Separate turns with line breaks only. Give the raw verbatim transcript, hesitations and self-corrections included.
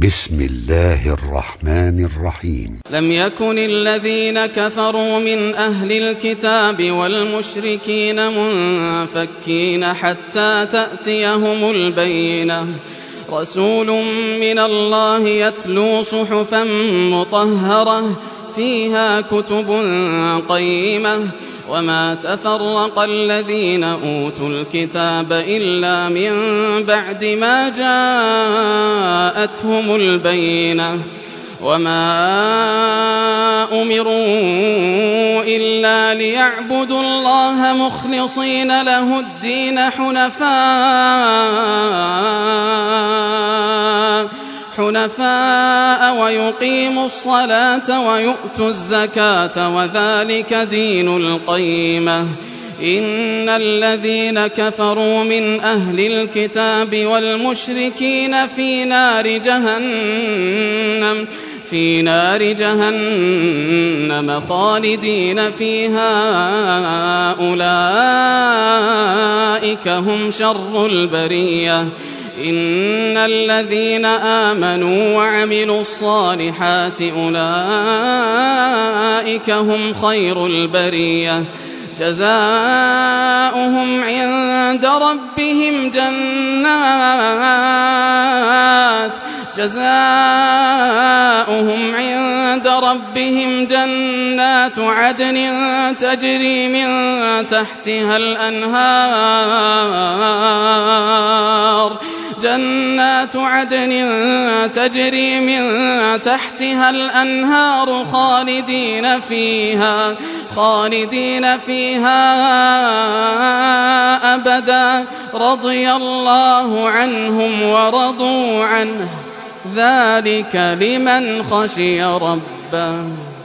بسم الله الرحمن الرحيم.
لم يكن الذين كفروا من أهل الكتاب والمشركين منفكين حتى تأتيهم البينة، رسول من الله يتلو صحفا مطهرة فيها كتب قيمة، وما تفرق الذين أوتوا الكتاب إلا من بعد ما جاءتهم البينة، وما أمروا إلا ليعبدوا الله مخلصين له الدين حنفاء حنفاء ويقيموا الصلاة ويؤتوا الزكاة وذلك دين القيمة. إن الذين كفروا من أهل الكتاب والمشركين في نار جهنم في نار جهنم خالدين فيها، أولئك هم شر البرية. إن الذين آمنوا وعملوا الصالحات أولئك هم خير البرية، جزاؤهم عند ربهم جنات جزاؤهم عند ربهم جنات عدن تجري من تحتها الأنهار جنات عدن تجري من تحتها الأنهار خالدين فيها خالدين فيها أبدا، رضي الله عنهم ورضوا عنه، ذلك لمن خشي ربه.